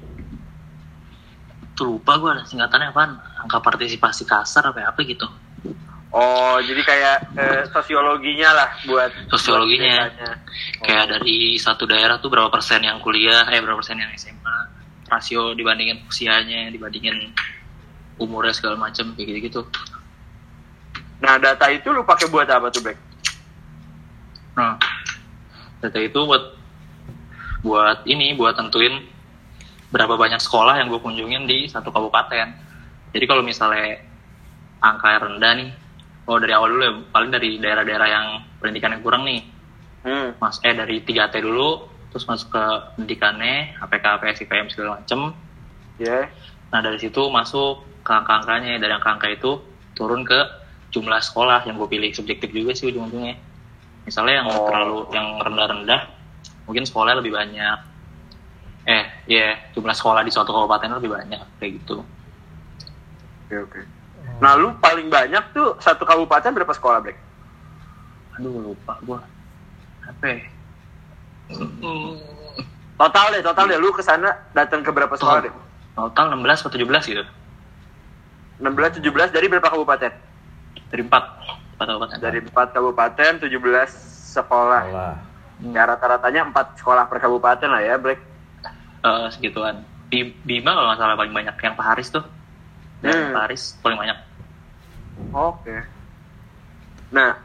Tuh lupa gue ada singkatannya apaan. Angka partisipasi kasar apa apa gitu. Oh, jadi kayak eh, sosiologinya lah buat Sosiologinya. buat desanya. Kayak dari satu daerah tuh berapa persen yang kuliah, eh berapa persen yang S M A, rasio dibandingin usianya, dibandingin umurnya segala macam kayak gitu-gitu. Nah, data itu lu pakai buat apa tuh, Bek? Nah, data itu buat buat ini, buat tentuin berapa banyak sekolah yang gue kunjungin di satu kabupaten. Jadi kalau misalnya angka rendah nih, oh dari awal dulu ya, paling dari daerah-daerah yang pendidikannya kurang nih. Hmm. Mas eh dari tiga T dulu, terus masuk ke pendidikannya, A P K, A P S, I P M segala macem. Ya. Yeah. Nah dari situ masuk ke angka-angkanya, dari angka-angka itu turun ke jumlah sekolah yang gue pilih. Subjektif juga sih ujung-ujungnya. Misalnya yang Oh. terlalu yang rendah-rendah, mungkin sekolahnya lebih banyak. Eh, ya yeah, jumlah sekolah di suatu kabupaten lebih banyak kayak gitu. Oke, oke. Nah, lu paling banyak tuh satu kabupaten berapa sekolah, Bek? Aduh lupa gue. Apa? ya? Hmm, Total deh, total deh. Lu kesana datang ke berapa sekolah deh? total enam belas atau tujuh belas gitu. enam belas, tujuh belas dari berapa kabupaten? Dari empat, empat kabupaten. Dari empat kabupaten, tujuh belas sekolah. Sekolah. Ya rata-ratanya empat sekolah per kabupaten lah ya, Bek. Uh, segituan. Bima kalau nggak salah paling banyak, yang Pak Haris tuh. Dan Hmm. Pak Haris paling banyak. Oke. Nah,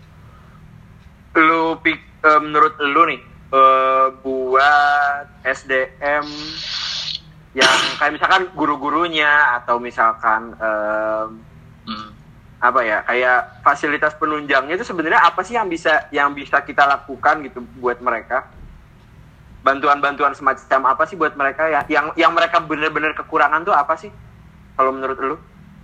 lu pik, eh, menurut lu nih, eh, buat S D M yang kayak misalkan guru-gurunya atau misalkan em, Hmm. apa ya, kayak fasilitas penunjangnya itu sebenarnya apa sih yang bisa yang bisa kita lakukan gitu buat mereka? bantuan-bantuan semacam apa sih buat mereka ya? Yang yang mereka bener-bener kekurangan tuh apa sih? Kalau menurut lu?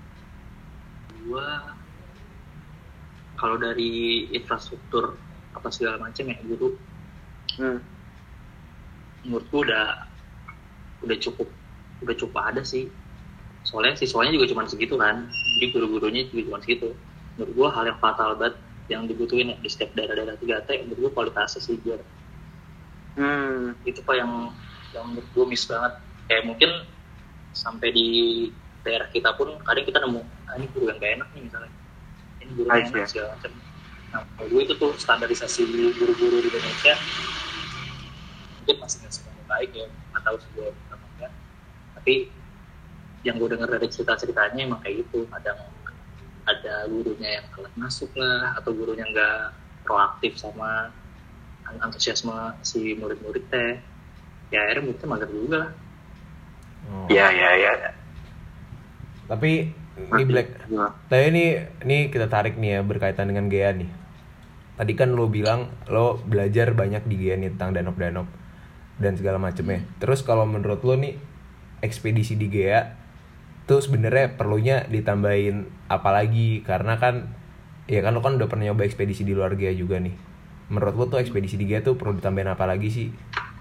Gua kalau dari infrastruktur apa segala macam ya guru, Hmm. menurut gua udah udah cukup udah cukup ada sih. Soalnya siswanya juga cuma segitu kan, jadi guru-gurunya juga cuma segitu. Menurut gua hal yang fatal banget yang dibutuhin ya di setiap daerah-daerah tiga T, menurut gua kualitasnya sih biar Hmm. itu pak yang yang menurut gue miss banget. Kayak mungkin sampai di daerah kita pun kadang kita nemu ah, ini guru yang gak enak nih misalnya, ini guru yang Nice, enak ya. segala macam. Nah menurut gue itu tuh standarisasi guru-guru di Indonesia mungkin masih nggak semuanya baik ya, nggak tahu sih gue apa enggak, tapi yang gue dengar dari cerita-ceritanya emang kayak gitu. Ada ada gurunya yang telat masuk lah, atau gurunya nggak proaktif sama antusiasme si murid-murid teh, ya akhirnya muridnya mager juga lah. Oh. Ya ya ya. Tapi ini Black, Gimana? tapi ini ini kita tarik nih ya berkaitan dengan G E A nih. Tadi kan lo bilang lo belajar banyak di G E A nih tentang danop-danop dan segala macamnya. Terus kalau menurut lo nih ekspedisi di G E A tuh sebenarnya perlunya ditambahin apa lagi? Karena kan ya kan lo kan udah pernah nyoba ekspedisi di luar G E A juga nih. Menurut lo tuh ekspedisi di G E A tuh perlu ditambahin apa lagi sih?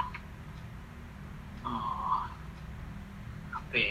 Oh, apa ya?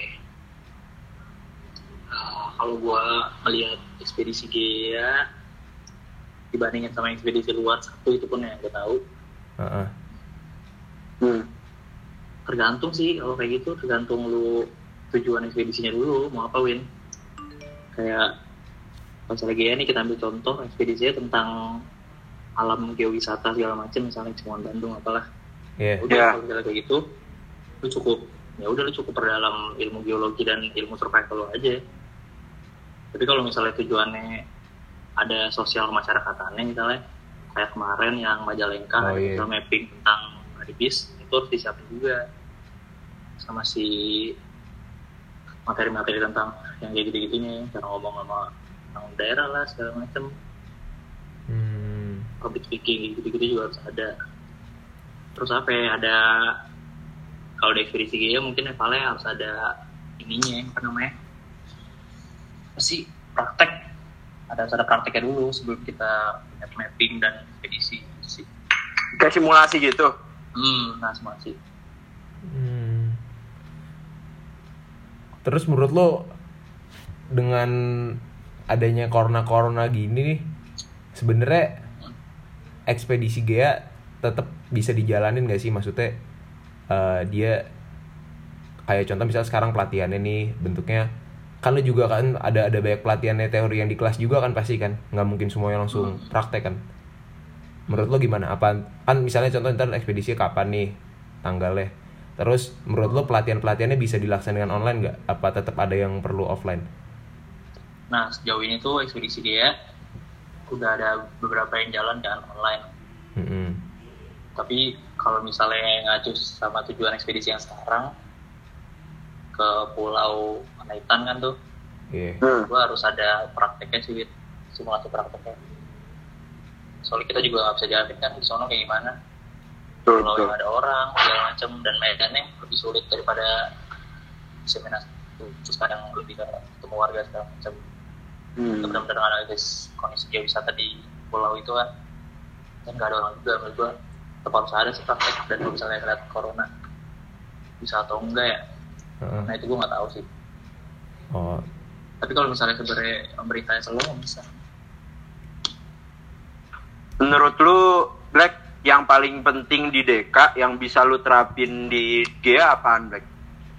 Uh, kalau gua melihat ekspedisi G E A dibandingin sama ekspedisi luar satu itu pun yang gue tahu, Heeh. Hmm. tergantung sih. Kalau kayak gitu tergantung lu tujuan ekspedisinya dulu mau apa, Win. Kayak pas lagi ya nih kita ambil contoh ekspedisinya tentang alam geowisata segala macam, misalnya Cemongan Bandung apalah. Iya. Udah Yeah. kalau misalnya kayak gitu lu cukup ya udah lu cukup perdalam ilmu geologi dan ilmu survival lu aja. Tapi kalau misalnya tujuannya ada sosial kemasyarakatan misalnya kayak kemarin yang Majalengka Oh, ada iya. social mapping tentang Adibis, itu harus disiapin juga sama si materi-materi tentang yang kayak gitu-gitunya, cara ngomong sama orang daerah lah segala macam, Hmm. public speaking gitu-gitu juga harus ada. Terus apa ya, ada kalau di ekspedisi G E A mungkin Evalnya harus ada ininya, apa namanya, apa sih, praktek. Ada harus ada prakteknya dulu sebelum kita punya mapping dan ekspedisi gitu sih. Kayak simulasi gitu. Hmm, nah semua sih. Hmm. Terus menurut lo dengan adanya corona-corona gini nih, sebenarnya ekspedisi G E A tetap bisa dijalanin nggak sih? Maksudnya eh, dia kayak contoh misal sekarang pelatihannya nih bentuknya kan lo juga kan ada ada banyak pelatihannya teori yang di kelas juga kan pasti kan, nggak mungkin semuanya langsung praktek kan. Menurut lo gimana? Apa kan misalnya contoh ntar ekspedisi kapan nih tanggalnya? Terus menurut lo pelatihan-pelatihannya bisa dilaksanakan online nggak? Apa tetap ada yang perlu offline? Nah sejauh ini tuh ekspedisi G E A udah ada beberapa yang jalan kan online. Mm-hmm. Tapi kalau misalnya ngacu sama tujuan ekspedisi yang sekarang ke Pulau Panaitan kan tuh, Iya. Hmm. gua harus ada prakteknya sih, Wit. Simulasi prakteknya. Soalnya kita juga nggak bisa jelasin kan di sono kayak gimana. Betul, Kalau betul. ada orang segala macam dan medannya lebih sulit daripada diseminasi. Terus kadang lebih ke ketemu warga segala macam. Hmm. Kita benar-benar analisis kondisi geowisata di pulau itu kan, dan nggak ada orang juga. Menurut gua tetap harus ada sih praktek. Dan kalau misalnya lihat corona bisa atau enggak ya, Uh-uh. nah itu gua nggak tahu sih. Oh, Tapi kalau misalnya sebenarnya pemerintahnya selalu bisa. Menurut lu, Black, yang paling penting di D K yang bisa lu terapin di G E A apaan, Black?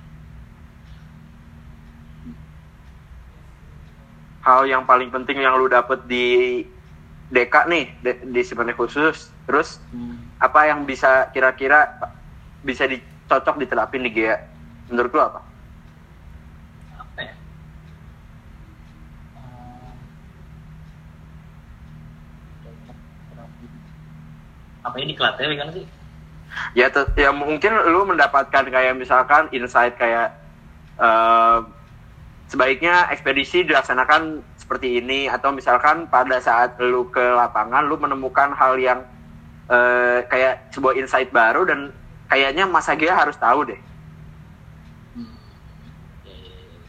Hal yang paling penting yang lu dapet di D K nih, di- disiplin khusus, terus Hmm. apa yang bisa kira-kira bisa dicocok diterapin di G E A? Menurut lu apa? Apa ya? Hmm. Apa ini diklat ya kan sih? Ya, te- ya mungkin lu mendapatkan kayak misalkan insight kayak eh, sebaiknya ekspedisi dilaksanakan seperti ini, atau misalkan pada saat lu ke lapangan lu menemukan hal yang eh, kayak sebuah insight baru dan kayaknya Mas Agea harus tahu deh. Hmm. Ya, ya, ya.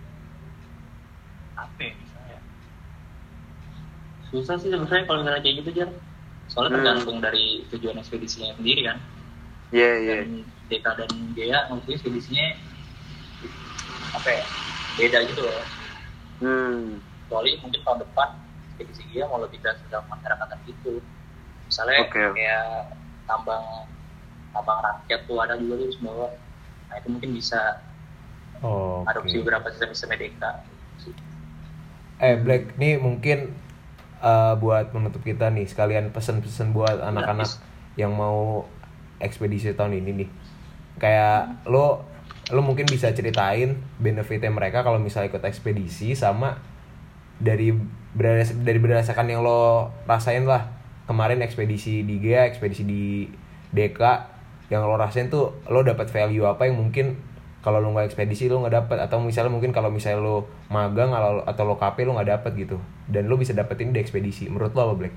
Apa ya misalnya? Susah sih sebenarnya kalau misalnya kayak gitu Jar. Soalnya Hmm. tergantung dari tujuan ekspedisinya sendiri kan. Iya, yeah, iya. Yeah. Dan Deka dan Gea maksudnya ekspedisinya apa ya? Beda gitu loh. Hmm. Kecuali mungkin tahun depan ekspedisi Gea mau lebih ke sosial masyarakatan gitu. Misalnya Okay. kayak tambang tambang rakyat tuh ada juga tuh semua. Nah itu mungkin bisa Oh, adopsi oke. beberapa sistem-sistem Deka. Eh Black, nih mungkin uh, buat menutup kita nih sekalian pesan-pesan buat anak-anak yang mau ekspedisi tahun ini nih. Kayak lo lo mungkin bisa ceritain benefitnya mereka kalau misalnya ikut ekspedisi sama dari berdas- dari berdasarkan yang lo rasain lah kemarin ekspedisi di G A, ekspedisi di Deka yang lo rasain tuh lo dapat value apa yang mungkin kalau lo nggak ekspedisi lo nggak dapat, atau misalnya mungkin kalau misalnya lo magang atau atau lo K P lo nggak dapat gitu dan lo bisa dapetin di ekspedisi. Menurut lo apa Black?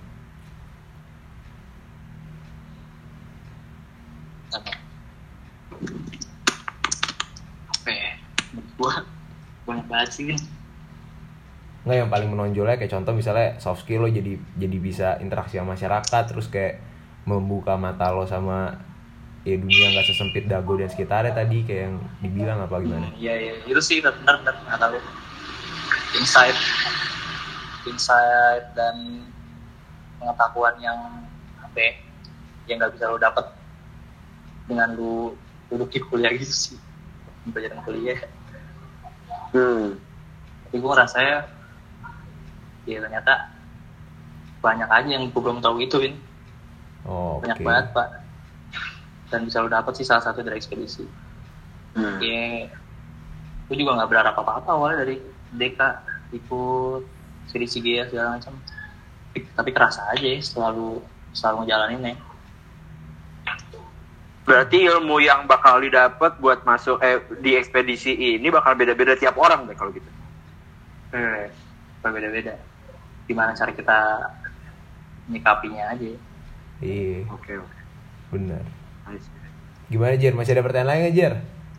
Apa? Apa ya? Menurut gua banyak banget sih kan. Nggak, yang paling menonjolnya kayak contoh misalnya soft skill lo jadi jadi bisa interaksi sama masyarakat, terus kayak membuka mata lo sama ya dunia nggak sesempit Dago dan sekitarnya tadi kayak yang dibilang apa gimana? Iya iya itu sih benar benar nggak tahu. Insight, insight dan pengetahuan yang apa ya, yang nggak bisa lo dapat dengan lu duduk di kuliah gitu sih, pelajaran kuliah. Hmm. Tapi gue ngerasanya ya ternyata banyak aja yang gue belum tahu itu, Win. Oh, Banyak oke. banget, Pak. Dan bisa lo dapet sih salah satu dari ekspedisi. Hmm. Ya, gue juga nggak berharap apa-apa awalnya dari Deka ikut ekspedisi G A segala macam. Tapi, tapi kerasa aja ya, selalu selalu ngejalanin ya. Berarti ilmu yang bakal didapat buat masuk eh, di ekspedisi ini bakal beda-beda tiap orang deh kalau gitu. Eh, berbeda-beda. Gimana cara kita menyikapinya aja. Iya, Oke oke. benar. Nice. Gimana Jer? Masih ada pertanyaan lain nggak Jer?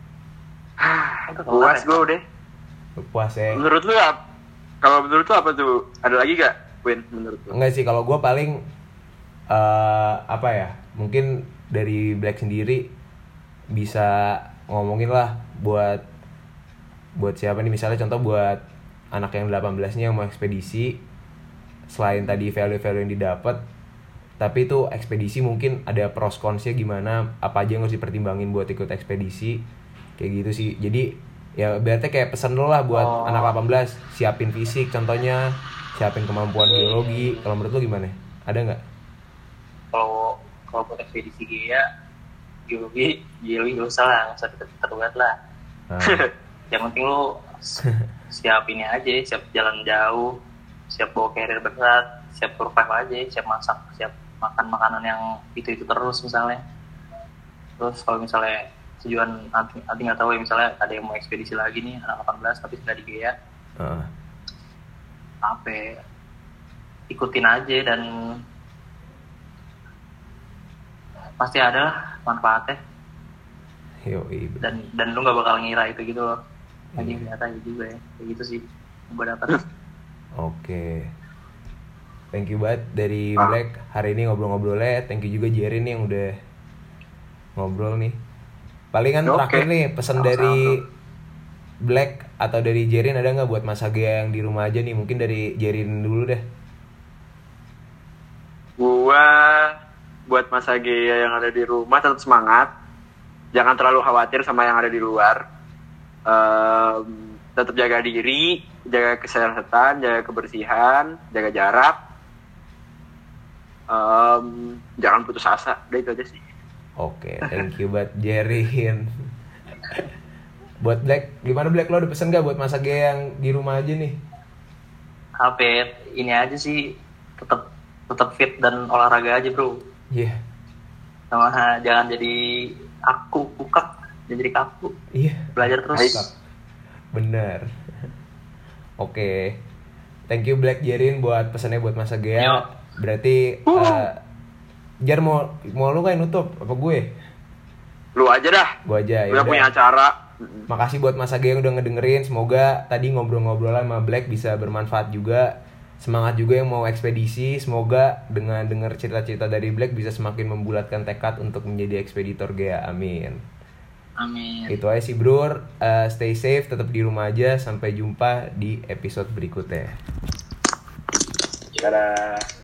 Puas gue udah. Puas ya? Menurut lu apa? Kalau menurut lu apa tuh? Ada lagi gak, Win? Menurut lu? Enggak sih, kalau gue paling eh apa ya? Mungkin dari Black sendiri bisa ngomongin lah buat buat siapa nih, misalnya contoh buat anak yang delapan belas-nya yang mau ekspedisi, selain tadi value-value yang didapat, tapi itu ekspedisi mungkin ada pros cons-nya gimana, apa aja yang harus dipertimbangin buat ikut ekspedisi kayak gitu sih. Jadi ya berarti kayak pesan lo lah buat Oh. anak delapan belas, siapin fisik contohnya, siapin kemampuan biologi. Kalau menurut lo gimana? Ada nggak? Kalau kalau buat ekspedisi G A, geologi, geologi gak usah lah, nggak usah deket-deket banget lah. Nah, Yang penting lu siap ini aja, siap jalan jauh, siap bawa carrier berat, siap survive aja, siap masak, siap makan makanan yang itu-itu terus misalnya. Terus kalau misalnya tujuan nanti nanti nggak tahu ya, misalnya ada yang mau ekspedisi lagi nih anak delapan belas tapi sudah di G A, uh, apa ya, ikutin aja dan pasti ada lah manfaatnya, yoi. dan dan lu nggak bakal ngira itu gitu loh. Anjing ternyata gitu juga ya, kayak gitu sih yang gue dapat. Oke. Thank you banget dari Ah. Black hari ini ngobrol-ngobrolnya. Thank you juga Jerry nih yang udah ngobrol nih. Palingan Oke. terakhir nih pesan Sama-sama, dari bro. Black atau dari Jerin ada nggak buat Mas Agea yang di rumah aja nih? Mungkin dari Jerin dulu deh. Gua buat Mas Agea yang ada di rumah tetap semangat. Jangan terlalu khawatir sama yang ada di luar. Um, tetap jaga diri, jaga kesehatan, jaga kebersihan, jaga jarak. Um, jangan putus asa. Udah itu aja sih. Oke, thank you buat Jerin. Buat Black, gimana Black, lo ada pesen gak buat Mas Agea yang di rumah aja nih? Apa ya, ini aja sih, tetap tetap fit dan olahraga aja bro. Iya. Sama jangan jadi aku kukak, jangan jadi kaku. Iya. Belajar terus. Nice. Bener. Oke. Thank you Black Jerin buat pesannya buat Mas Agea. Yo. Berarti uh, Jar mau mau lu kayak nutup apa gue? Lu aja dah. Gua aja ya. Udah punya acara. Makasih buat Mas Age yang udah ngedengerin. Semoga tadi ngobrol-ngobrol sama Black bisa bermanfaat juga. Semangat juga yang mau ekspedisi. Semoga dengan denger cerita-cerita dari Black bisa semakin membulatkan tekad untuk menjadi ekspeditor G E A. Amin. Amin. Itu aja sih bro. Uh, stay safe, tetap di rumah aja. Sampai jumpa di episode berikutnya. Dadah.